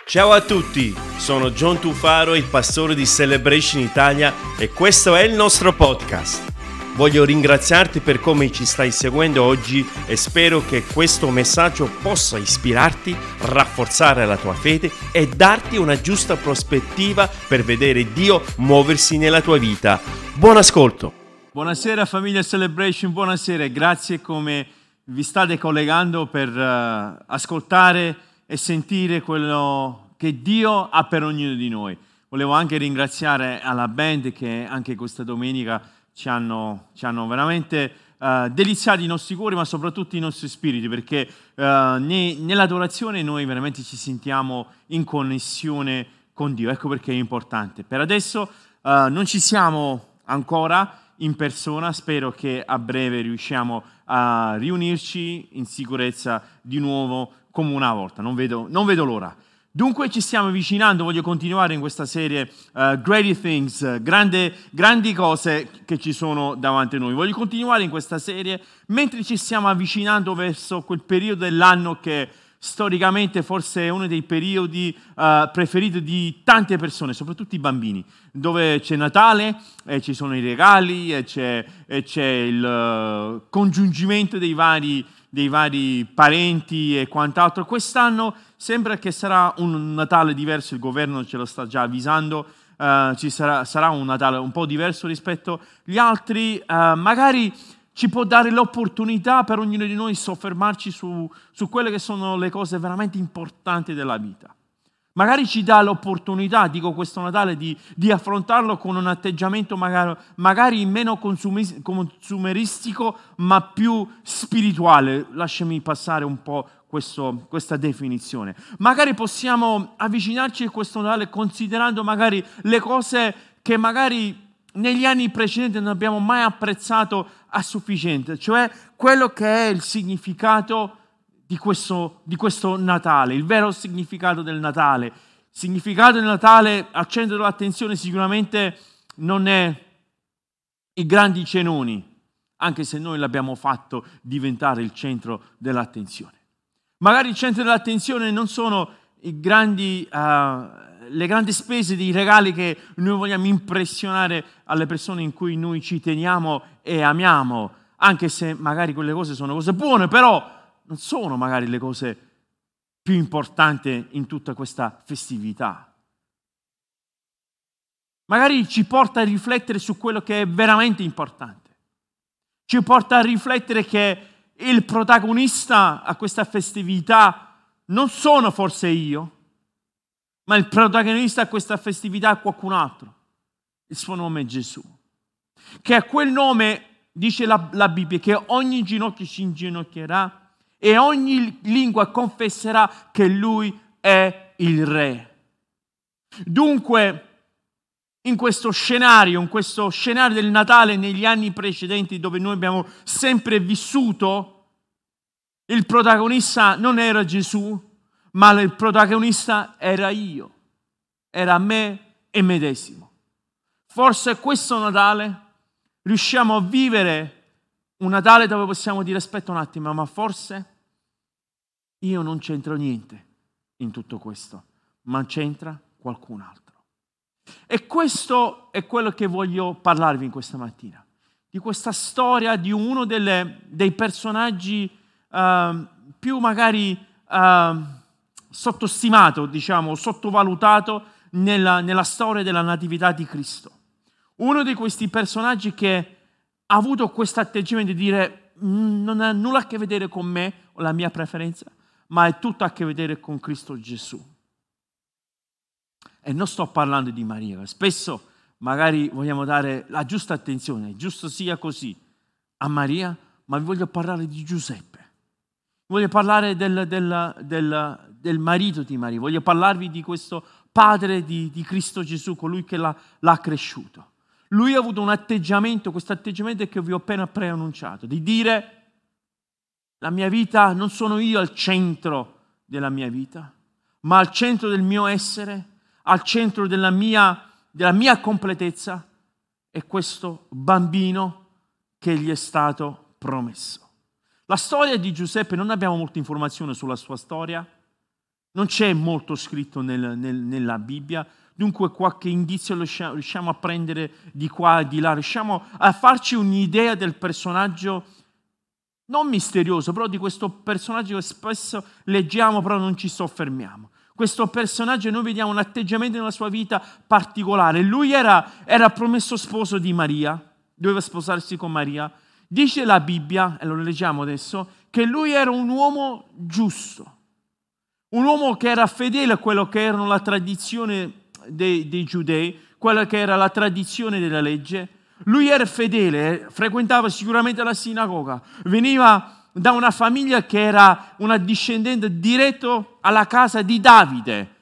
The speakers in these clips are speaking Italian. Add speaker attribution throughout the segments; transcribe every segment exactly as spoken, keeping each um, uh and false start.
Speaker 1: Ciao a tutti, sono John Tufaro, il pastore di Celebration Italia e questo è il nostro podcast. Voglio ringraziarti per come ci stai seguendo oggi e spero che questo messaggio possa ispirarti, rafforzare la tua fede e darti una giusta prospettiva per vedere Dio muoversi nella tua vita. Buon ascolto!
Speaker 2: Buonasera famiglia Celebration, buonasera, grazie come vi state collegando per uh, ascoltare e sentire quello che Dio ha per ognuno di noi. Volevo anche ringraziare alla band che anche questa domenica ci hanno, ci hanno veramente uh, deliziati i nostri cuori, ma soprattutto i nostri spiriti, perché uh, ne, nell'adorazione noi veramente ci sentiamo in connessione con Dio. Ecco perché è importante. Per adesso uh, non ci siamo ancora in persona, spero che a breve riusciamo a riunirci in sicurezza di nuovo come una volta, non vedo, non vedo l'ora. Dunque ci stiamo avvicinando, voglio continuare in questa serie uh, Great Things, grande, grandi cose che ci sono davanti a noi. Voglio continuare in questa serie mentre ci stiamo avvicinando verso quel periodo dell'anno che storicamente forse è uno dei periodi uh, preferiti di tante persone, soprattutto i bambini, dove c'è Natale, e ci sono i regali, e c'è, e c'è il uh, congiungimento dei vari, dei vari parenti e quant'altro. Quest'anno sembra che sarà un Natale diverso, il governo ce lo sta già avvisando, uh, ci sarà, sarà un Natale un po' diverso rispetto agli altri, uh, magari ci può dare l'opportunità per ognuno di noi soffermarci su, su quelle che sono le cose veramente importanti della vita. Magari ci dà l'opportunità, dico questo Natale, di, di affrontarlo con un atteggiamento magari, magari meno consumi- consumeristico, ma più spirituale. Lasciami passare un po' questo, questa definizione. Magari possiamo avvicinarci a questo Natale considerando magari le cose che magari negli anni precedenti non abbiamo mai apprezzato a sufficienza, cioè quello che è il significato di questo, di questo Natale, il vero significato del Natale. Il significato del Natale al centro dell'attenzione sicuramente non è i grandi cenoni, anche se noi l'abbiamo fatto diventare il centro dell'attenzione. Magari il centro dell'attenzione non sono i grandi, uh, le grandi spese dei regali che noi vogliamo impressionare alle persone in cui noi ci teniamo e amiamo, anche se magari quelle cose sono cose buone, però non sono magari le cose più importanti in tutta questa festività. Magari ci porta a riflettere su quello che è veramente importante. Ci porta a riflettere che il protagonista a questa festività non sono forse io, ma il protagonista a questa festività è qualcun altro. Il suo nome è Gesù. Che a quel nome, dice la, la Bibbia, che ogni ginocchio si inginocchierà e ogni lingua confesserà che Lui è il Re. Dunque, in questo scenario, in questo scenario del Natale negli anni precedenti dove noi abbiamo sempre vissuto, il protagonista non era Gesù, ma il protagonista era io, era me e medesimo. Forse questo Natale riusciamo a vivere un Natale dove possiamo dire aspetta un attimo, ma forse io non c'entro niente in tutto questo, ma c'entra qualcun altro. E questo è quello che voglio parlarvi in questa mattina, di questa storia di uno delle, dei personaggi uh, più magari uh, sottostimato, diciamo, sottovalutato nella, nella storia della natività di Cristo. Uno di questi personaggi che ha avuto questo atteggiamento di dire non ha nulla a che vedere con me o la mia preferenza, ma è tutto a che vedere con Cristo Gesù. E non sto parlando di Maria, spesso magari vogliamo dare la giusta attenzione, è giusto sia così, a Maria, ma vi voglio parlare di Giuseppe. Voglio parlare del, del, del, del marito di Maria, voglio parlarvi di questo padre di, di Cristo Gesù, colui che l'ha, l'ha cresciuto. Lui ha avuto un atteggiamento, questo atteggiamento che vi ho appena preannunciato, di dire la mia vita, non sono io al centro della mia vita, ma al centro del mio essere, al centro della mia, della mia completezza è questo bambino che gli è stato promesso. La storia di Giuseppe, non abbiamo molte informazioni sulla sua storia, Non c'è molto scritto nel, nel, nella Bibbia, dunque qualche indizio riusciamo, riusciamo a prendere di qua e di là, riusciamo a farci un'idea del personaggio, non misterioso, però di questo personaggio che spesso leggiamo però non ci soffermiamo. Questo personaggio noi vediamo un atteggiamento nella sua vita particolare. Lui era, era promesso sposo di Maria, doveva sposarsi con Maria. Dice la Bibbia, e lo leggiamo adesso, che lui era un uomo giusto, un uomo che era fedele a quello che era la tradizione dei, dei giudei, quella che era la tradizione della legge. Lui era fedele, frequentava sicuramente la sinagoga, veniva da una famiglia che era una discendente diretto alla casa di Davide.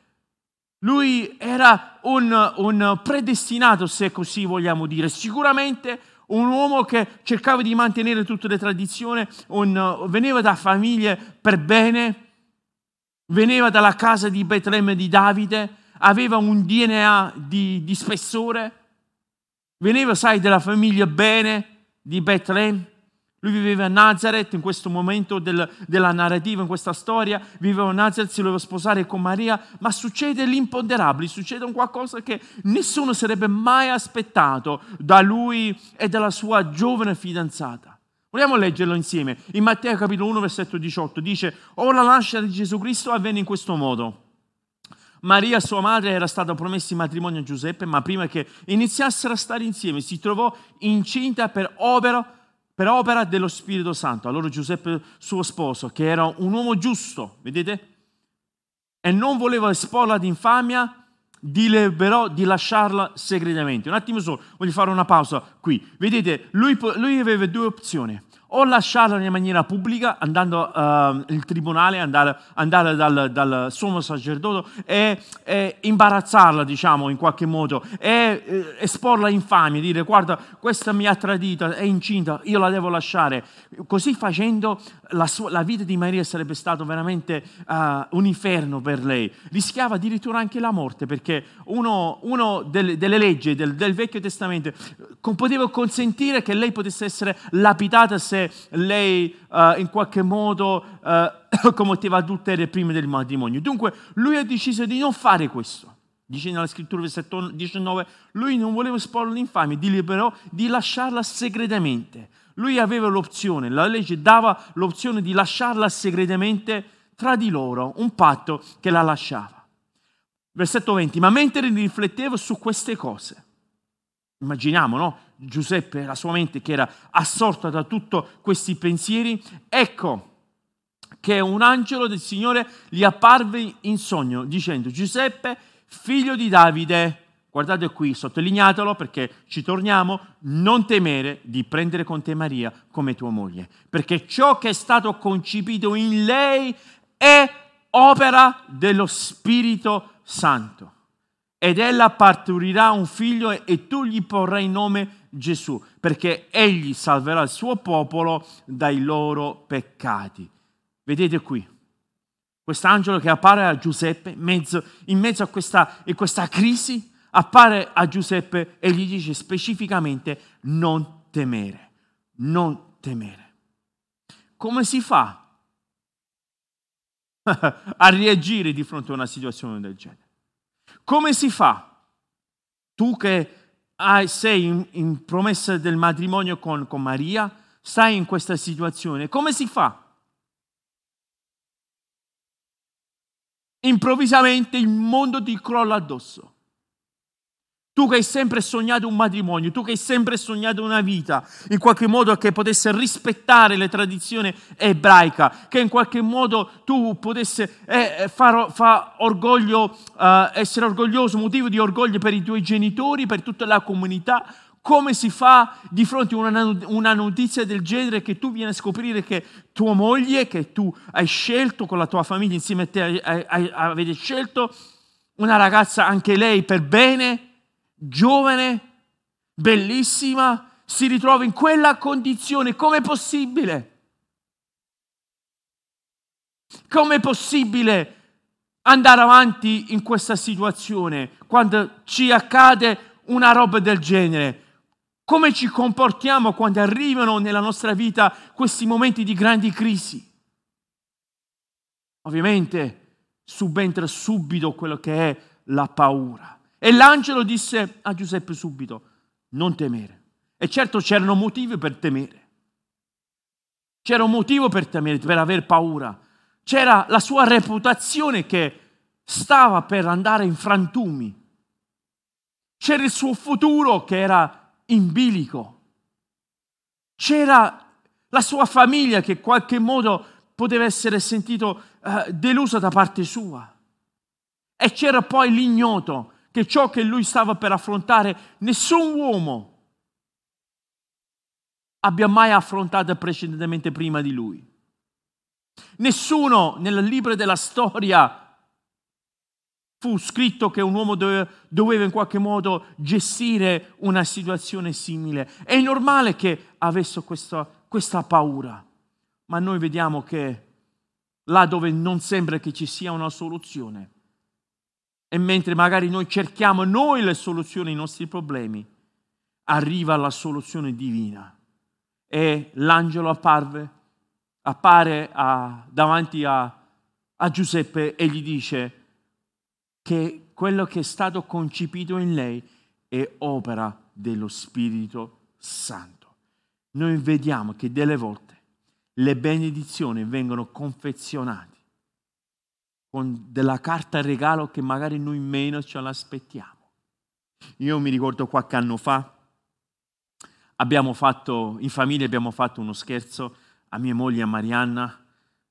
Speaker 2: Lui era un, un predestinato, se così vogliamo dire, sicuramente un uomo che cercava di mantenere tutte le tradizioni, un, veniva da famiglie per bene, veniva dalla casa di Betlemme di Davide, aveva un D N A di, di spessore, veniva, sai, dalla famiglia bene di Betlemme. Lui viveva a Nazareth in questo momento del, della narrativa, in questa storia, viveva a Nazareth, si voleva sposare con Maria, ma succede l'imponderabile, succede un qualcosa che nessuno sarebbe mai aspettato da lui e dalla sua giovane fidanzata. Vogliamo leggerlo insieme. In Matteo capitolo uno, versetto diciotto, dice: ora la nascita di Gesù Cristo avvenne in questo modo. Maria, sua madre, era stata promessa in matrimonio a Giuseppe, ma prima che iniziassero a stare insieme si trovò incinta per opera per opera dello Spirito Santo. Allora Giuseppe, suo sposo, che era un uomo giusto, vedete, e non voleva esporla ad infamia, deliberò di lasciarla segretamente. Un attimo solo, voglio fare una pausa qui. Vedete, lui, lui aveva due opzioni: o lasciarla in maniera pubblica, andando al uh, tribunale, andare, andare dal, dal sommo sacerdote e, e imbarazzarla, diciamo, in qualche modo, e eh, esporla in infamia, dire: guarda, questa mi ha tradita, è incinta, io la devo lasciare. Così facendo la, sua, la vita di Maria sarebbe stata veramente uh, un inferno per lei. Rischiava addirittura anche la morte, perché uno, uno delle, delle leggi del, del Vecchio Testamento poteva consentire che lei potesse essere lapidata se lei uh, in qualche modo uh, commetteva adulterio prima del matrimonio. Dunque lui ha deciso di non fare questo. Dice nella scrittura versetto diciannove, lui non voleva esporla all'infamia, deliberò di lasciarla segretamente. Lui aveva l'opzione, la legge dava l'opzione di lasciarla segretamente tra di loro, un patto che la lasciava. Versetto venti, ma mentre riflettevo su queste cose, immaginiamo, no? Giuseppe, la sua mente che era assorta da tutti questi pensieri, ecco che un angelo del Signore gli apparve in sogno dicendo: Giuseppe, figlio di Davide, guardate qui, sottolineatelo perché ci torniamo, non temere di prendere con te Maria come tua moglie, perché ciò che è stato concepito in lei è opera dello Spirito Santo. Ed ella partorirà un figlio e tu gli porrai il nome Gesù, perché egli salverà il suo popolo dai loro peccati. Vedete qui, quest'angelo che appare a Giuseppe, mezzo, in mezzo a questa, a questa crisi, appare a Giuseppe e gli dice specificamente: non temere, non temere. Come si fa a reagire di fronte a una situazione del genere? Come si fa? Tu che hai, sei in, in promessa del matrimonio con, con Maria, stai in questa situazione, come si fa? Improvvisamente il mondo ti crolla addosso. Tu che hai sempre sognato un matrimonio, tu che hai sempre sognato una vita, in qualche modo che potesse rispettare le tradizioni ebraiche, che in qualche modo tu potessi eh, far, far orgoglio, eh, essere orgoglioso, motivo di orgoglio per i tuoi genitori, per tutta la comunità. Come si fa di fronte a una, una notizia del genere, che tu vieni a scoprire che tua moglie, che tu hai scelto con la tua famiglia, insieme a te hai, hai, avete scelto una ragazza anche lei per bene, giovane, bellissima, si ritrova in quella condizione? Com'è possibile? Com'è possibile andare avanti in questa situazione quando ci accade una roba del genere? Come ci comportiamo quando arrivano nella nostra vita questi momenti di grandi crisi? Ovviamente subentra subito quello che è la paura. E l'angelo disse a Giuseppe subito: non temere. E certo c'erano motivi per temere. C'era un motivo per temere, per aver paura. C'era la sua reputazione che stava per andare in frantumi. C'era il suo futuro che era in bilico. C'era la sua famiglia che in qualche modo poteva essere sentito uh, delusa da parte sua. E c'era poi l'ignoto che ciò che lui stava per affrontare nessun uomo abbia mai affrontato precedentemente prima di lui. Nessuno nel libro della storia fu scritto che un uomo doveva, doveva in qualche modo gestire una situazione simile. È normale che avesse questa, questa paura, ma noi vediamo che là dove non sembra che ci sia una soluzione, e mentre magari noi cerchiamo noi le soluzioni ai nostri problemi, arriva la soluzione divina. E l'angelo apparve, appare a, davanti a, a Giuseppe e gli dice che quello che è stato concepito in lei è opera dello Spirito Santo. Noi vediamo che delle volte le benedizioni vengono confezionate con della carta regalo che magari noi meno ce l'aspettiamo. Io mi ricordo qualche anno fa, abbiamo fatto, in famiglia abbiamo fatto uno scherzo a mia moglie, a Marianna,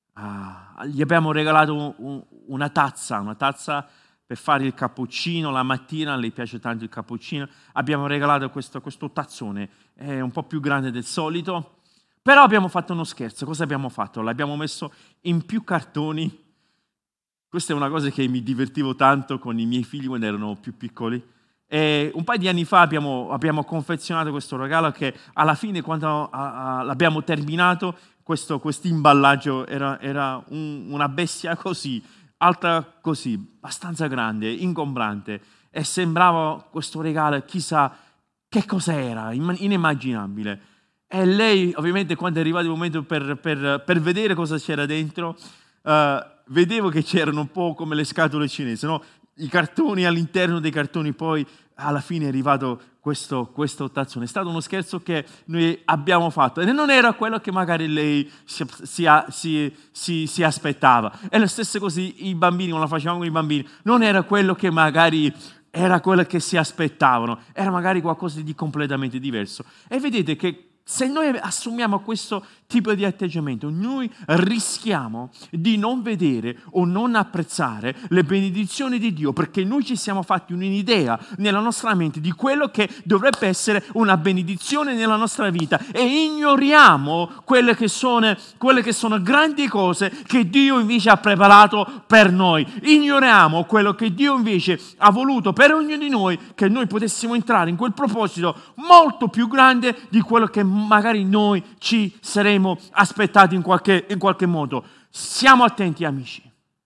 Speaker 2: uh, gli abbiamo regalato un, un, una tazza, una tazza per fare il cappuccino la mattina, a lei piace tanto il cappuccino, abbiamo regalato questo, questo tazzone, è un po' più grande del solito, però abbiamo fatto uno scherzo. Cosa abbiamo fatto? L'abbiamo messo in più cartoni. Questa è una cosa che mi divertivo tanto con i miei figli quando erano più piccoli. E un paio di anni fa abbiamo, abbiamo confezionato questo regalo che alla fine, quando a, a, l'abbiamo terminato, questo imballaggio era, era un, una bestia così, alta così, abbastanza grande, ingombrante, e sembrava questo regalo, chissà che cos'era, inimmaginabile. E lei, ovviamente, quando è arrivato il momento per, per, per vedere cosa c'era dentro, uh, vedevo che c'erano un po' come le scatole cinesi, no? I cartoni all'interno dei cartoni, poi alla fine è arrivato questo, questo tazzone. È stato uno scherzo che noi abbiamo fatto e non era quello che magari lei si, si, si, si, si aspettava. E lo stesso così i bambini, quando la facevamo con i bambini, non era quello che magari era quello che si aspettavano, era magari qualcosa di completamente diverso. E vedete che se noi assumiamo questo tipo di atteggiamento, noi rischiamo di non vedere o non apprezzare le benedizioni di Dio, perché noi ci siamo fatti un'idea nella nostra mente di quello che dovrebbe essere una benedizione nella nostra vita e ignoriamo quelle che sono, quelle che sono grandi cose che Dio invece ha preparato per noi. Ignoriamo quello che Dio invece ha voluto per ognuno di noi, che noi potessimo entrare in quel proposito molto più grande di quello che magari noi ci saremo aspettati in qualche, in qualche modo. Siamo attenti, amici,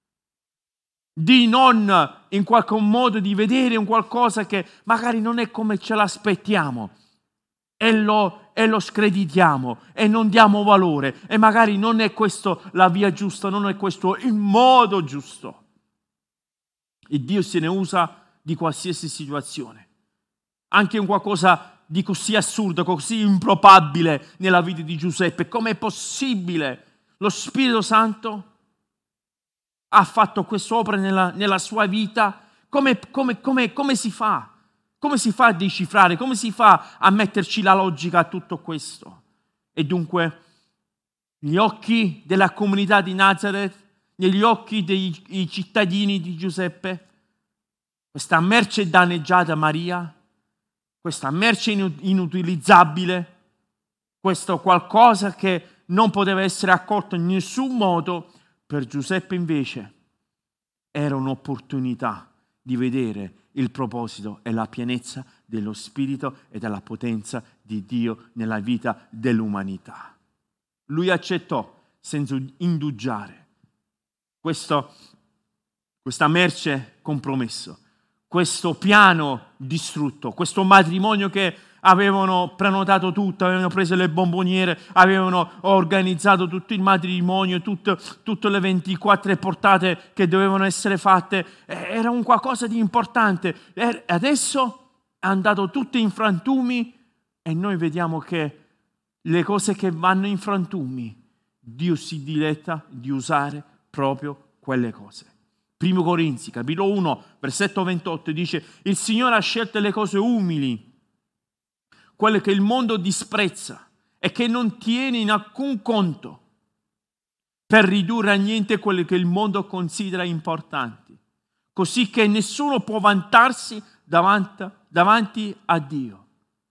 Speaker 2: di non in qualche modo di vedere un qualcosa che magari non è come ce l'aspettiamo e lo, e lo screditiamo e non diamo valore, e magari non è questo la via giusta, non è questo il modo giusto. E Dio se ne usa di qualsiasi situazione, anche in qualcosa di così assurdo, così improbabile nella vita di Giuseppe. Com'è possibile? Lo Spirito Santo ha fatto quest'opera nella, nella sua vita. Come, come, come, come si fa? Come si fa a decifrare? Come si fa a metterci la logica a tutto questo? E dunque, negli occhi della comunità di Nazareth, negli occhi dei cittadini di Giuseppe, questa merce danneggiata Maria, questa merce inutilizzabile, questo qualcosa che non poteva essere accolto in nessun modo, per Giuseppe invece era un'opportunità di vedere il proposito e la pienezza dello Spirito e della potenza di Dio nella vita dell'umanità. Lui accettò senza indugiare questo, questa merce compromesso, questo piano distrutto, questo matrimonio che avevano prenotato tutto, avevano preso le bomboniere, avevano organizzato tutto il matrimonio, tutto, tutte le ventiquattro portate che dovevano essere fatte. Era un qualcosa di importante. E adesso è andato tutto in frantumi e noi vediamo che le cose che vanno in frantumi, Dio si diletta di usare proprio quelle cose. Primo Corinzi, capitolo uno, versetto ventotto, dice: il Signore ha scelto le cose umili, quelle che il mondo disprezza e che non tiene in alcun conto, per ridurre a niente quelle che il mondo considera importanti, così che nessuno può vantarsi davanti, davanti a Dio.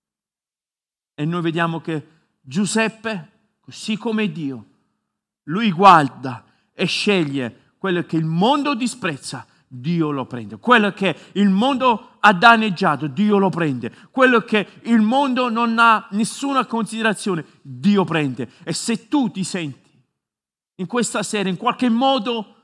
Speaker 2: E noi vediamo che Giuseppe, così come Dio, lui guarda e sceglie quello che il mondo disprezza, Dio lo prende. Quello che il mondo ha danneggiato, Dio lo prende. Quello che il mondo non ha nessuna considerazione, Dio prende. E se tu ti senti in questa sera in qualche modo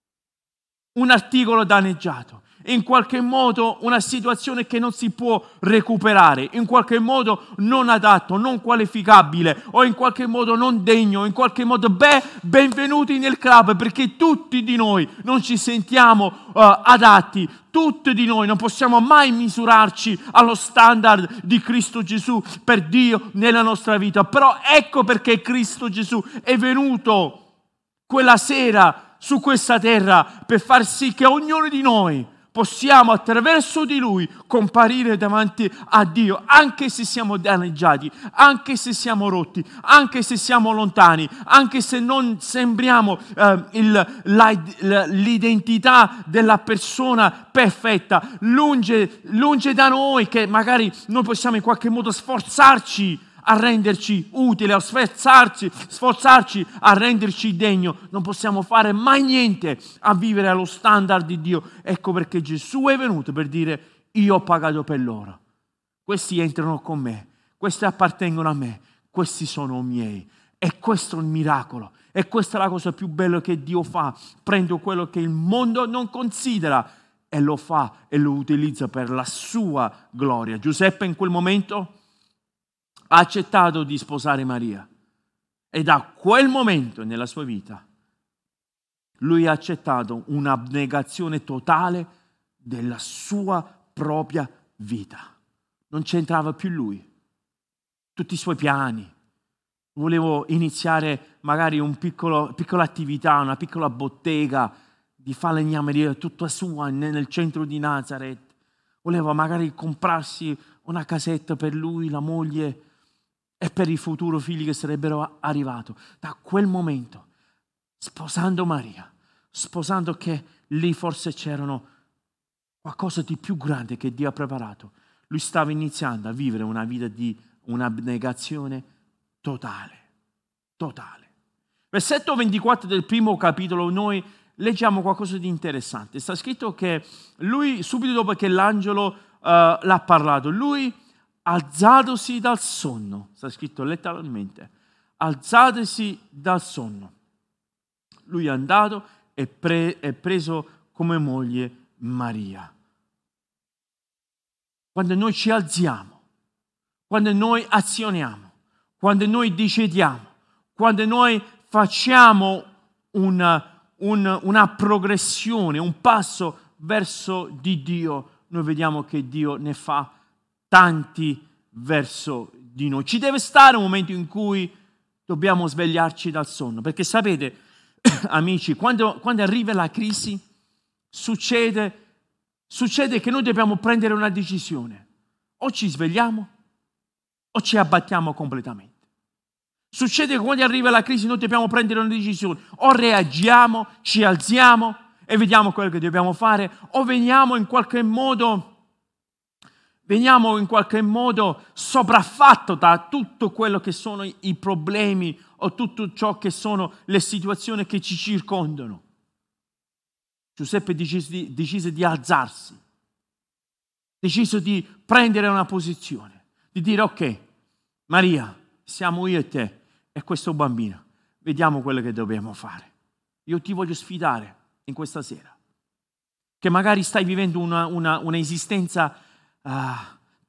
Speaker 2: un articolo danneggiato, in qualche modo una situazione che non si può recuperare, in qualche modo non adatto, non qualificabile o in qualche modo non degno, in qualche modo, beh, benvenuti nel club, perché tutti di noi non ci sentiamo uh, adatti, tutti di noi non possiamo mai misurarci allo standard di Cristo Gesù per Dio nella nostra vita. Però ecco perché Cristo Gesù è venuto quella sera su questa terra per far sì che ognuno di noi possiamo attraverso di Lui comparire davanti a Dio, anche se siamo danneggiati, anche se siamo rotti, anche se siamo lontani, anche se non sembriamo eh, il, la, l'identità della persona perfetta, lunge, lunge da noi che magari noi possiamo in qualche modo sforzarci a renderci utile, a sforzarci, sforzarci a renderci degno. Non possiamo fare mai niente a vivere allo standard di Dio. Ecco perché Gesù è venuto per dire: io ho pagato per loro, questi entrano con me, questi appartengono a me, questi sono miei. E questo è il miracolo, e questa è la cosa più bella che Dio fa. Prende quello che il mondo non considera e lo fa e lo utilizza per la sua gloria. Giuseppe in quel momento ha accettato di sposare Maria e da quel momento nella sua vita lui ha accettato un'abnegazione totale della sua propria vita. Non c'entrava più lui, tutti i suoi piani. Volevo iniziare magari un piccolo, piccola attività, una piccola bottega di falegnameria tutta sua nel centro di Nazareth. Voleva magari comprarsi una casetta per lui, la moglie e per i futuri figli che sarebbero arrivati. Da quel momento, sposando Maria, sposando che lì forse c'erano qualcosa di più grande che Dio ha preparato, lui stava iniziando a vivere una vita di un'abnegazione totale, totale. Versetto ventiquattro del primo capitolo noi leggiamo qualcosa di interessante. Sta scritto che lui, subito dopo che l'angelo uh, l'ha parlato, lui alzatosi dal sonno, sta scritto letteralmente, alzatosi dal sonno, lui è andato e pre- è preso come moglie Maria. Quando noi ci alziamo, quando noi azioniamo, quando noi decidiamo, quando noi facciamo una, un, una progressione, un passo verso di Dio, noi vediamo che Dio ne fa tanti verso di noi. Ci deve stare un momento in cui dobbiamo svegliarci dal sonno, perché sapete, amici, quando, quando arriva la crisi, succede, succede che noi dobbiamo prendere una decisione. O ci svegliamo o ci abbattiamo completamente. Succede che quando arriva la crisi noi dobbiamo prendere una decisione. O reagiamo, ci alziamo e vediamo quello che dobbiamo fare, o veniamo in qualche modo veniamo in qualche modo sopraffatto da tutto quello che sono i problemi o tutto ciò che sono le situazioni che ci circondano. Giuseppe decise di, decise di alzarsi, decise di prendere una posizione, di dire: ok, Maria, siamo io e te e questo bambino, vediamo quello che dobbiamo fare. Io ti voglio sfidare in questa sera, che magari stai vivendo una, una, una esistenza Uh,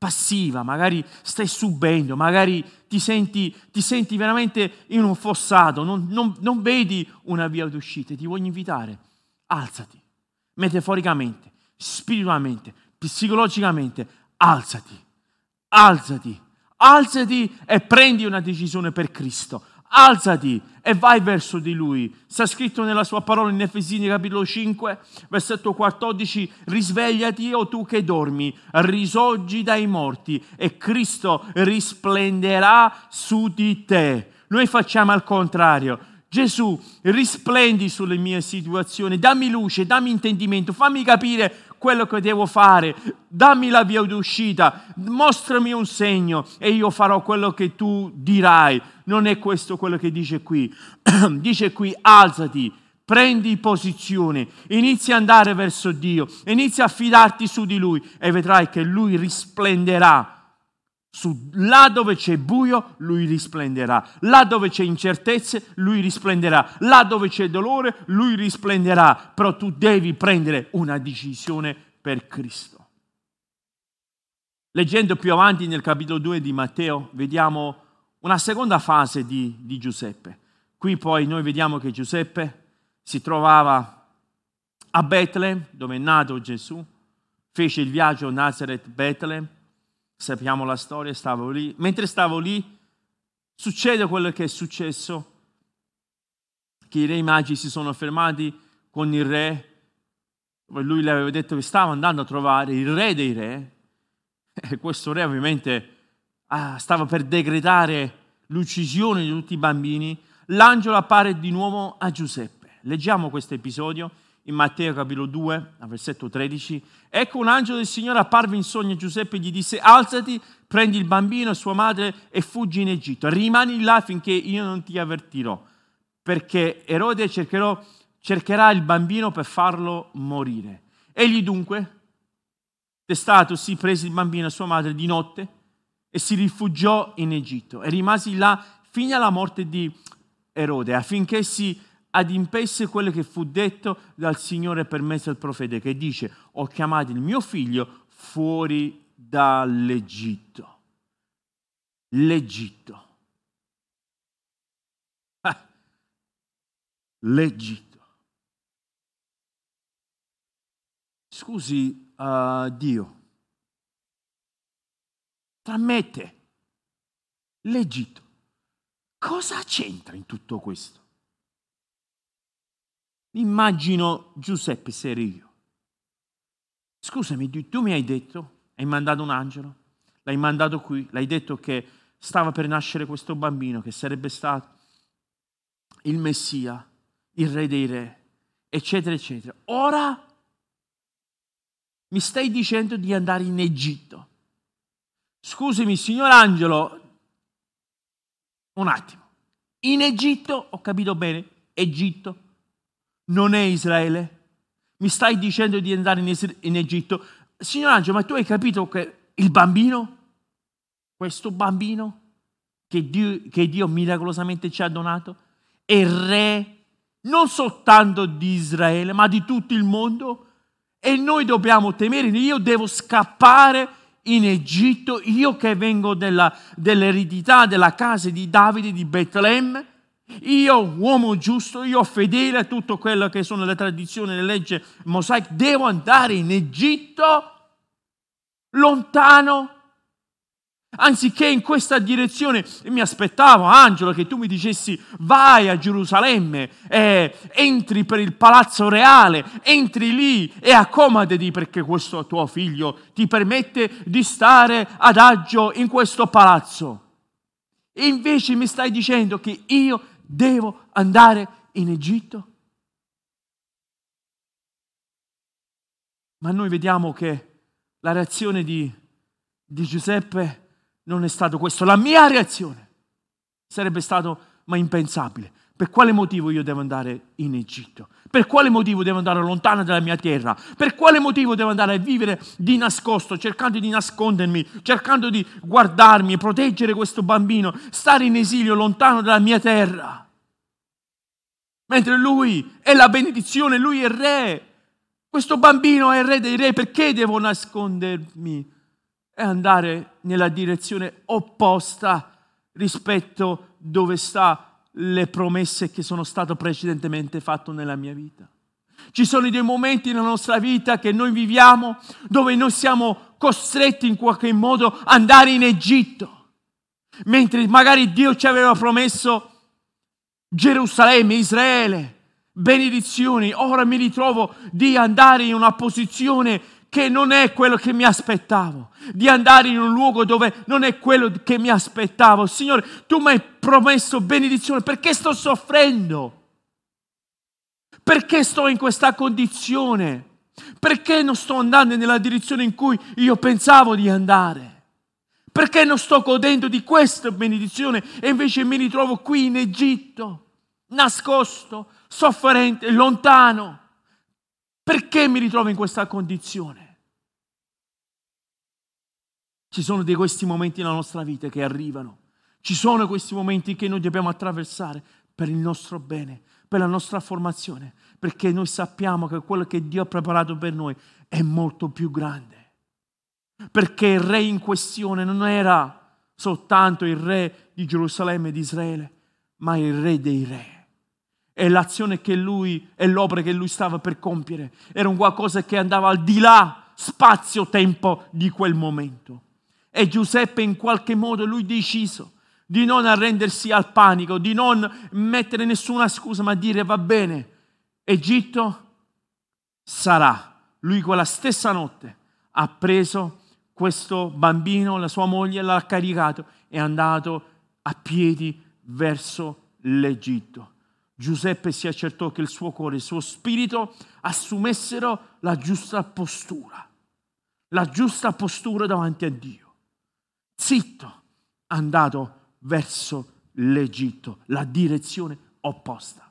Speaker 2: passiva, magari stai subendo, magari ti senti, ti senti veramente in un fossato, non, non, non vedi una via d'uscita. Ti voglio invitare, alzati, metaforicamente, spiritualmente, psicologicamente, alzati, alzati, alzati e prendi una decisione per Cristo. Alzati e vai verso di Lui. Sta scritto nella sua parola in Efesini capitolo cinque, versetto quattordici: risvegliati, o tu che dormi, risorgi dai morti e Cristo risplenderà su di te. Noi facciamo al contrario. Gesù, risplendi sulle mie situazioni, dammi luce, dammi intendimento, fammi capire quello che devo fare, dammi la via d'uscita, mostrami un segno e io farò quello che tu dirai. Non è questo quello che dice qui. Dice qui: alzati, prendi posizione, inizia ad andare verso Dio, inizia a fidarti su di Lui e vedrai che Lui risplenderà. Su, là dove c'è buio, Lui risplenderà. Là dove c'è incertezze, Lui risplenderà. Là dove c'è dolore, Lui risplenderà. Però tu devi prendere una decisione per Cristo. Leggendo più avanti nel capitolo due di Matteo, vediamo una seconda fase di, di Giuseppe. Qui poi noi vediamo che Giuseppe si trovava a Betlemme, dove è nato Gesù. Fece il viaggio Nazareth-Betlemme. Sappiamo la storia, stavo lì. Mentre stavo lì, succede quello che è successo, che i re magi si sono fermati con il re, dove lui le aveva detto che stava andando a trovare il re dei re, e questo re ovviamente ah, stava per decretare l'uccisione di tutti i bambini. L'angelo appare di nuovo a Giuseppe. Leggiamo questo episodio in Matteo capitolo due, versetto tredici. Ecco, un angelo del Signore apparve in sogno a Giuseppe e gli disse: alzati, prendi il bambino e sua madre e fuggi in Egitto. Rimani là finché io non ti avvertirò, perché Erode cercherò, cercherà il bambino per farlo morire. Egli dunque, testato, si prese il bambino e sua madre di notte e si rifugiò in Egitto e rimase là fino alla morte di Erode, affinché si adempisse quello che fu detto dal Signore per mezzo del profeta, che dice: ho chiamato il mio figlio fuori dall'Egitto. L'Egitto. Ah. L'Egitto. Scusi, uh, Dio, tra me e te, l'Egitto, cosa c'entra in tutto questo? Immagino Giuseppe essere io. Scusami, tu mi hai detto, hai mandato un angelo, l'hai mandato qui, l'hai detto che stava per nascere questo bambino, che sarebbe stato il Messia, il re dei re, eccetera, eccetera. Ora mi stai dicendo di andare in Egitto. Scusami, signor angelo, un attimo. In Egitto, ho capito bene, Egitto non è Israele? Mi stai dicendo di andare in, es- in Egitto? Signor angelo, ma tu hai capito che il bambino, questo bambino che Dio, che Dio miracolosamente ci ha donato, è re non soltanto di Israele, ma di tutto il mondo? E noi dobbiamo temere, io devo scappare in Egitto, io che vengo della, dell'eredità della casa di Davide di Betlemme, io uomo giusto, io fedele a tutto quello che sono le tradizioni, le leggi mosaiche, devo andare in Egitto, lontano, anziché in questa direzione. Mi aspettavo, angelo, che tu mi dicessi: vai a Gerusalemme, eh, entri per il palazzo reale, entri lì e accomodati, perché questo tuo figlio ti permette di stare adagio in questo palazzo. E invece mi stai dicendo che io devo andare in Egitto? Ma noi vediamo che la reazione di, di Giuseppe non è stato questo. La mia reazione sarebbe stato ma impensabile. Per quale motivo io devo andare in Egitto? Per quale motivo devo andare lontano dalla mia terra? Per quale motivo devo andare a vivere di nascosto, cercando di nascondermi, cercando di guardarmi, proteggere questo bambino, stare in esilio lontano dalla mia terra? Mentre lui è la benedizione, lui è il re. Questo bambino è il re dei re, perché devo nascondermi? è andare nella direzione opposta rispetto dove sta le promesse che sono state precedentemente fatte nella mia vita. Ci sono dei momenti nella nostra vita che noi viviamo dove noi siamo costretti in qualche modo ad andare in Egitto, mentre magari Dio ci aveva promesso Gerusalemme, Israele, benedizioni. Ora mi ritrovo di andare in una posizione che non è quello che mi aspettavo, di andare in un luogo dove non è quello che mi aspettavo. Signore, tu mi hai promesso benedizione, perché sto soffrendo? Perché sto in questa condizione? Perché non sto andando nella direzione in cui io pensavo di andare? Perché non sto godendo di questa benedizione e invece mi ritrovo qui in Egitto, nascosto, sofferente, lontano? Perché mi ritrovo in questa condizione? Ci sono di questi momenti nella nostra vita che arrivano. Ci sono questi momenti che noi dobbiamo attraversare per il nostro bene, per la nostra formazione, perché noi sappiamo che quello che Dio ha preparato per noi è molto più grande. Perché il re in questione non era soltanto il re di Gerusalemme e di Israele, ma il re dei re. E l'azione che lui e l'opera che lui stava per compiere era un qualcosa che andava al di là spazio-tempo di quel momento. E Giuseppe in qualche modo lui deciso di non arrendersi al panico, di non mettere nessuna scusa, ma dire va bene, Egitto sarà. Lui quella stessa notte ha preso questo bambino, la sua moglie, l'ha caricato e è andato a piedi verso l'Egitto. Giuseppe si accertò che il suo cuore e il suo spirito assumessero la giusta postura, la giusta postura davanti a Dio. Zitto, andato verso l'Egitto, la direzione opposta.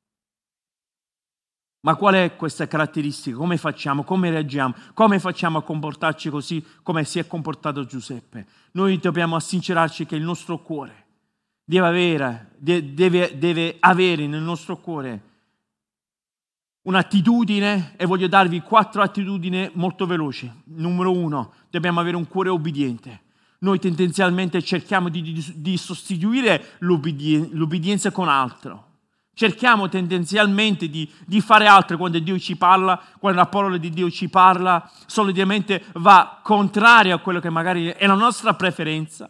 Speaker 2: Ma qual è questa caratteristica? Come facciamo? Come reagiamo? Come facciamo a comportarci così come si è comportato Giuseppe? Noi dobbiamo sincerarci che il nostro cuore deve avere, deve, deve avere nel nostro cuore un'attitudine, e voglio darvi quattro attitudini molto veloci. Numero uno, dobbiamo avere un cuore obbediente. Noi tendenzialmente cerchiamo di, di, di sostituire l'obbedien- l'obbedienza con altro. Cerchiamo tendenzialmente di, di fare altro quando Dio ci parla, quando la parola di Dio ci parla, solitamente va contrario a quello che magari è la nostra preferenza.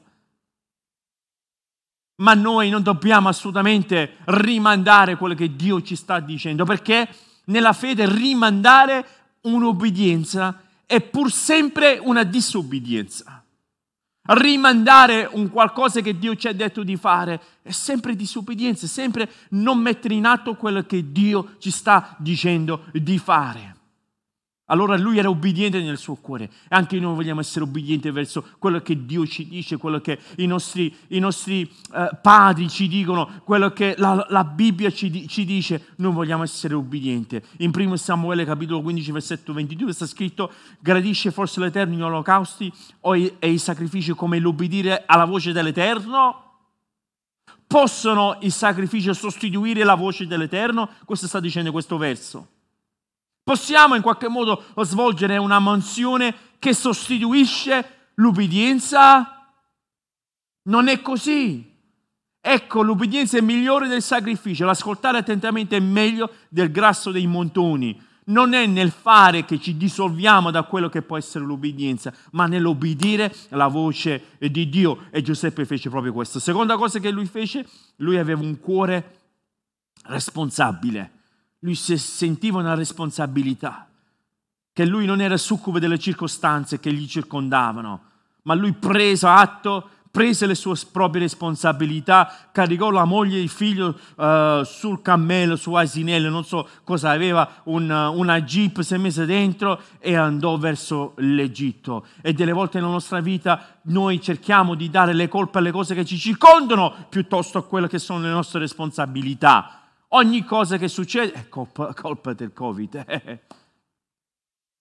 Speaker 2: Ma noi non dobbiamo assolutamente rimandare quello che Dio ci sta dicendo, perché nella fede rimandare un'obbedienza è pur sempre una disobbedienza. Rimandare un qualcosa che Dio ci ha detto di fare è sempre disobbedienza, è sempre non mettere in atto quello che Dio ci sta dicendo di fare. Allora lui era obbediente nel suo cuore, e anche noi vogliamo essere obbedienti verso quello che Dio ci dice, quello che i nostri, i nostri eh, padri ci dicono, quello che la, la Bibbia ci, ci dice. Noi vogliamo essere obbedienti. In primo Samuele capitolo quindici versetto ventidue sta scritto: gradisce forse l'Eterno gli olocausti o i, e i sacrifici come l'obbedire alla voce dell'Eterno? Possono i sacrifici sostituire la voce dell'Eterno? Questo sta dicendo questo verso. Possiamo in qualche modo svolgere una mansione che sostituisce l'ubbidienza? Non è così. Ecco, l'ubbidienza è migliore del sacrificio. L'ascoltare attentamente è meglio del grasso dei montoni. Non è nel fare che ci dissolviamo da quello che può essere l'ubbidienza, ma nell'obbedire alla voce di Dio. E Giuseppe fece proprio questo. Seconda cosa che lui fece, lui aveva un cuore responsabile. Lui si sentiva una responsabilità, che lui non era succube delle circostanze che gli circondavano, ma lui prese atto, prese le sue proprie responsabilità, caricò la moglie e il figlio uh, sul cammello, su asinello, non so cosa aveva, un, una jeep, si è messa dentro e andò verso l'Egitto. E delle volte nella nostra vita noi cerchiamo di dare le colpe alle cose che ci circondano piuttosto a quelle che sono le nostre responsabilità. Ogni cosa che succede è colpa, colpa del Covid.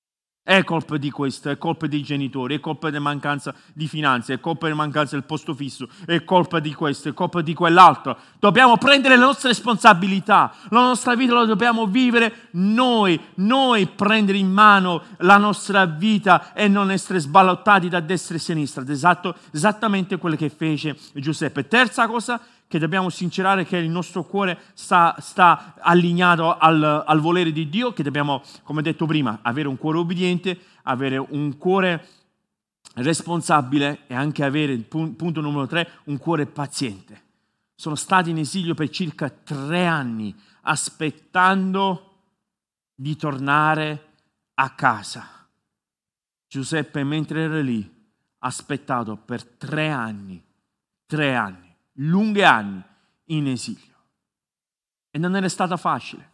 Speaker 2: È colpa di questo, è colpa dei genitori, è colpa della mancanza di finanze, è colpa della mancanza del posto fisso, è colpa di questo, è colpa di quell'altro. Dobbiamo prendere le nostre responsabilità, la nostra vita la dobbiamo vivere noi, noi prendere in mano la nostra vita e non essere sballottati da destra e sinistra. Esatto, esattamente quello che fece Giuseppe. Terza cosa, che dobbiamo sincerare che il nostro cuore sta, sta allineato al, al volere di Dio, che dobbiamo, come detto prima, avere un cuore obbediente, avere un cuore responsabile e anche avere, punto numero tre, un cuore paziente. Sono stati in esilio per circa tre anni, aspettando di tornare a casa. Giuseppe, mentre era lì, ha aspettato per tre anni, tre anni. lunghi anni in esilio e non era stato facile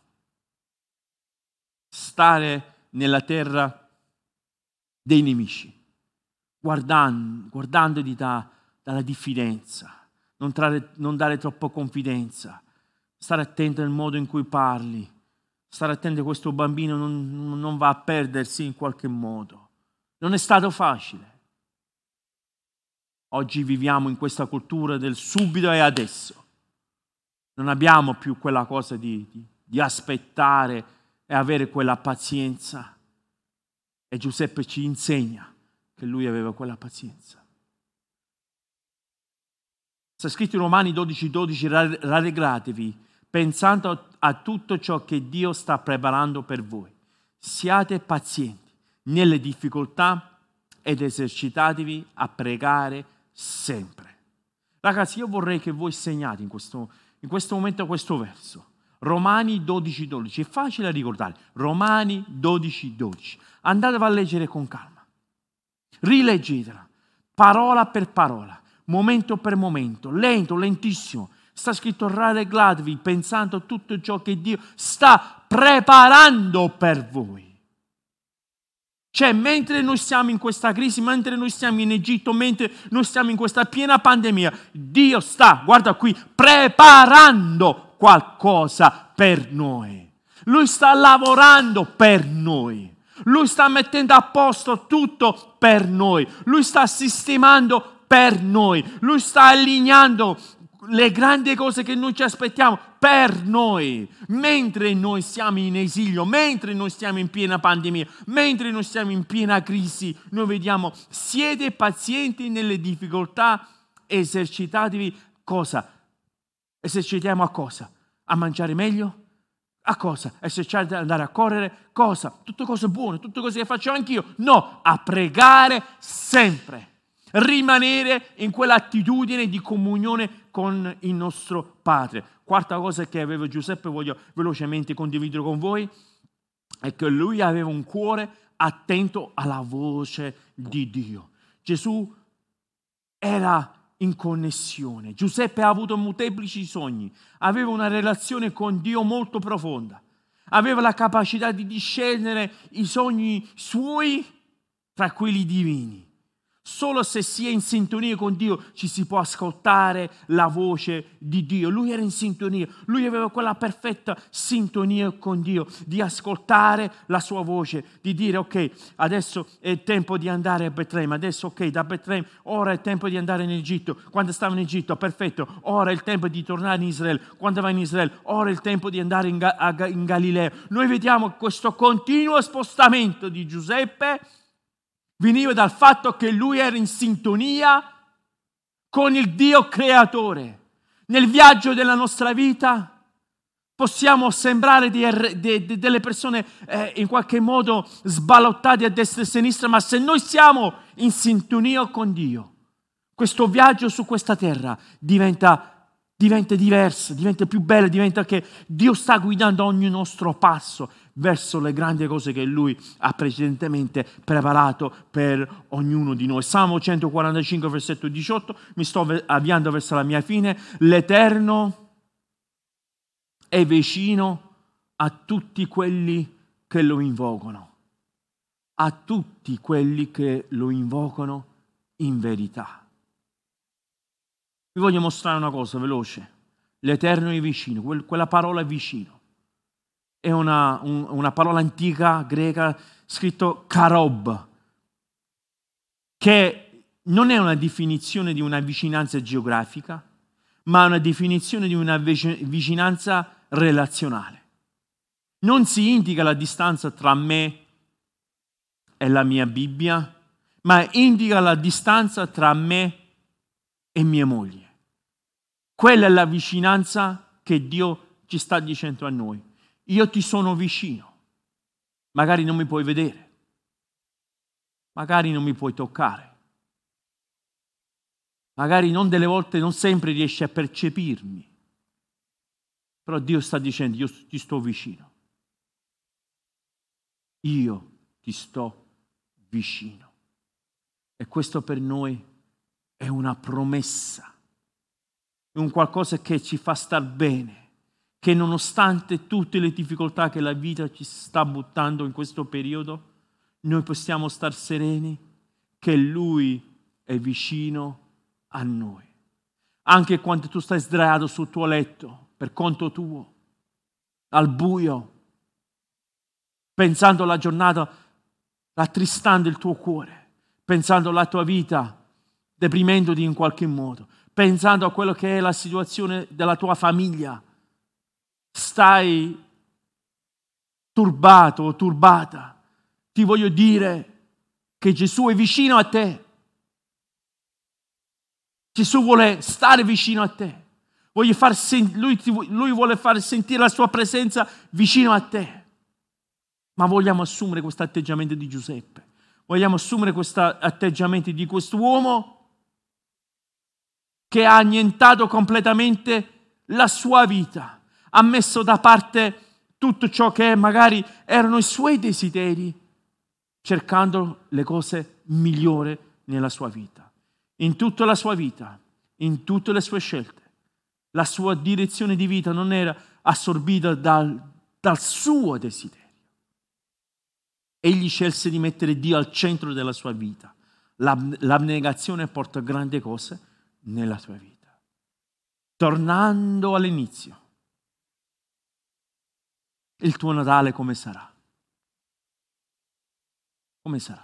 Speaker 2: stare nella terra dei nemici, guardando, guardandoti da, dalla diffidenza, non, trare, non dare troppa confidenza, stare attento al modo in cui parli, stare attento che questo bambino non, non va a perdersi in qualche modo. Non è stato facile. Oggi viviamo in questa cultura del subito e adesso. Non abbiamo più quella cosa di, di, di aspettare e avere quella pazienza. E Giuseppe ci insegna che lui aveva quella pazienza. Sta scritto in Romani dodici dodici, rallegratevi pensando a tutto ciò che Dio sta preparando per voi. Siate pazienti nelle difficoltà ed esercitatevi a pregare sempre. Ragazzi, io vorrei che voi segnate in questo, in questo momento questo verso. Romani dodici dodici, è facile da ricordare. Romani dodici dodici. Andatevela a leggere con calma. Rileggetela, parola per parola, momento per momento, lento, lentissimo. Sta scritto rallegratevi pensando a tutto ciò che Dio sta preparando per voi. Cioè, mentre noi siamo in questa crisi, mentre noi siamo in Egitto, mentre noi stiamo in questa piena pandemia, Dio sta, guarda qui, preparando qualcosa per noi. Lui sta lavorando per noi. Lui sta mettendo a posto tutto per noi. Lui sta sistemando per noi. Lui sta allineando le grandi cose che noi ci aspettiamo per noi, mentre noi siamo in esilio, mentre noi stiamo in piena pandemia, mentre noi stiamo in piena crisi, noi vediamo, siete pazienti nelle difficoltà, esercitatevi cosa? Esercitiamo a cosa? A mangiare meglio? A cosa? Esercitare ad andare a correre? Cosa? Tutte cose buone, tutte cose che faccio anch'io? No, a pregare sempre. Rimanere in quell'attitudine di comunione con il nostro Padre. Quarta cosa che aveva Giuseppe, voglio velocemente condividere con voi, è che lui aveva un cuore attento alla voce di Dio. Gesù era in connessione. Giuseppe ha avuto molteplici sogni, aveva una relazione con Dio molto profonda, aveva la capacità di discernere i sogni suoi tra quelli divini. Solo se si è in sintonia con Dio ci si può ascoltare la voce di Dio. Lui era in sintonia, lui aveva quella perfetta sintonia con Dio, di ascoltare la sua voce, di dire ok, adesso è il tempo di andare a Betlemme, adesso ok, da Betlemme, ora è il tempo di andare in Egitto. Quando stava in Egitto, perfetto, ora è il tempo di tornare in Israele. Quando va in Israele, ora è il tempo di andare in, Ga- in Galilea. Noi vediamo questo continuo spostamento di Giuseppe veniva dal fatto che lui era in sintonia con il Dio creatore. Nel viaggio della nostra vita possiamo sembrare di, di, di, delle persone eh, in qualche modo sballottate a destra e a sinistra, ma se noi siamo in sintonia con Dio, questo viaggio su questa terra diventa, diventa diverso, diventa più bello, diventa che Dio sta guidando ogni nostro passo verso le grandi cose che Lui ha precedentemente preparato per ognuno di noi. Salmo centoquarantacinque, versetto diciotto, mi sto avviando verso la mia fine. L'Eterno è vicino a tutti quelli che lo invocano, a tutti quelli che lo invocano in verità. Vi voglio mostrare una cosa veloce. L'Eterno è vicino, quella parola è vicino. È una, un, una parola antica greca, scritto karob, che non è una definizione di una vicinanza geografica, ma è una definizione di una vicinanza relazionale. Non si indica la distanza tra me e la mia Bibbia, ma indica la distanza tra me e mia moglie. Quella è la vicinanza che Dio ci sta dicendo a noi. Io ti sono vicino. Magari non mi puoi vedere. Magari non mi puoi toccare. Magari non delle volte, non sempre riesci a percepirmi. Però Dio sta dicendo, io ti sto vicino. Io ti sto vicino. E questo per noi è una promessa. È un qualcosa che ci fa star bene. Che nonostante tutte le difficoltà che la vita ci sta buttando in questo periodo, noi possiamo star sereni che Lui è vicino a noi. Anche quando tu stai sdraiato sul tuo letto, per conto tuo, al buio, pensando alla giornata, rattristando il tuo cuore, pensando alla tua vita, deprimendoti in qualche modo, pensando a quello che è la situazione della tua famiglia, stai turbato o turbata, ti voglio dire che Gesù è vicino a te. Gesù vuole stare vicino a te. Voglio far sen- lui, ti, lui vuole far sentire la sua presenza vicino a te. Ma vogliamo assumere questo atteggiamento di Giuseppe. Vogliamo assumere questo atteggiamento di quest'uomo che ha annientato completamente la sua vita. Ha messo da parte tutto ciò che magari erano i suoi desideri, cercando le cose migliori nella sua vita. In tutta la sua vita, in tutte le sue scelte, la sua direzione di vita non era assorbita dal, dal suo desiderio. Egli scelse di mettere Dio al centro della sua vita. L'abnegazione porta grandi cose nella sua vita. Tornando all'inizio, il tuo Natale come sarà? Come sarà?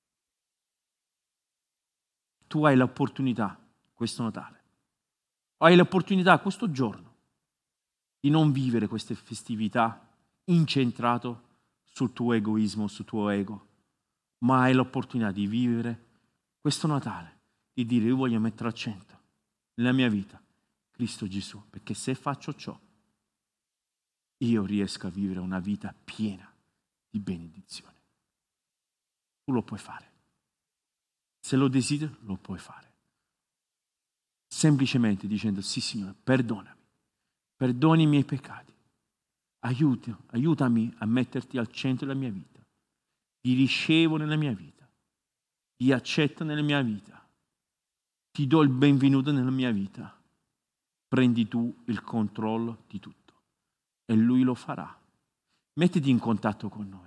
Speaker 2: Tu hai l'opportunità, questo Natale, hai l'opportunità questo giorno di non vivere queste festività incentrato sul tuo egoismo, sul tuo ego, ma hai l'opportunità di vivere questo Natale, di dire io voglio mettere al centro nella mia vita Cristo Gesù, perché se faccio ciò io riesco a vivere una vita piena di benedizione. Tu lo puoi fare. Se lo desideri, lo puoi fare. Semplicemente dicendo, sì Signore, perdonami. Perdoni i miei peccati. Aiuti, aiutami a metterti al centro della mia vita. Ti ricevo nella mia vita. Ti accetto nella mia vita. Ti do il benvenuto nella mia vita. Prendi tu il controllo di tutto. E Lui lo farà. Mettiti in contatto con noi.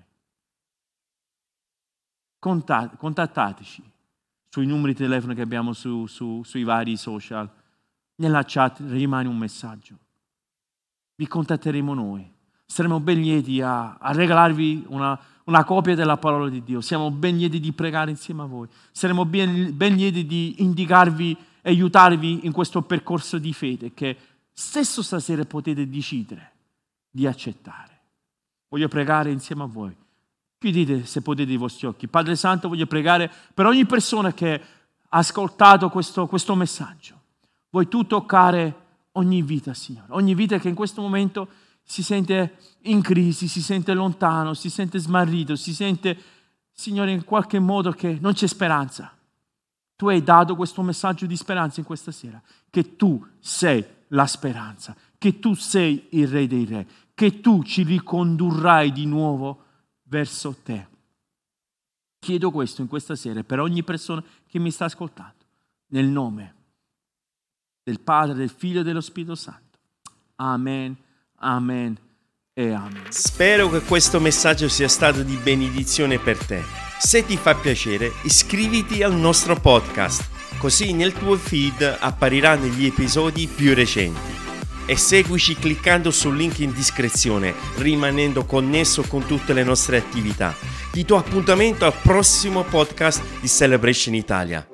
Speaker 2: Contat- contattateci sui numeri di telefono che abbiamo su, su, sui vari social. Nella chat rimane un messaggio. Vi contatteremo noi. Saremo ben lieti a, a regalarvi una, una copia della parola di Dio. Siamo ben lieti di pregare insieme a voi. Saremo ben, ben lieti di indicarvi e aiutarvi in questo percorso di fede che stesso stasera potete decidere di accettare. Voglio pregare insieme a voi. Chiudete, se potete, i vostri occhi. Padre Santo, voglio pregare per ogni persona che ha ascoltato questo, questo messaggio. Vuoi tu toccare ogni vita, Signore. Ogni vita che in questo momento si sente in crisi, si sente lontano, si sente smarrito, si sente, Signore, in qualche modo che non c'è speranza. Tu hai dato questo messaggio di speranza in questa sera. Che tu sei la speranza. Che tu sei il Re dei Re. Che tu ci ricondurrai di nuovo verso te. Chiedo questo in questa sera per ogni persona che mi sta ascoltando, nel nome del Padre, del Figlio e dello Spirito Santo. Amen, amen e amen.
Speaker 1: Spero che questo messaggio sia stato di benedizione per te. Se ti fa piacere, iscriviti al nostro podcast, così nel tuo feed appariranno gli episodi più recenti. E seguici cliccando sul link in descrizione, rimanendo connesso con tutte le nostre attività. Ti do appuntamento al prossimo podcast di Celebration Italia.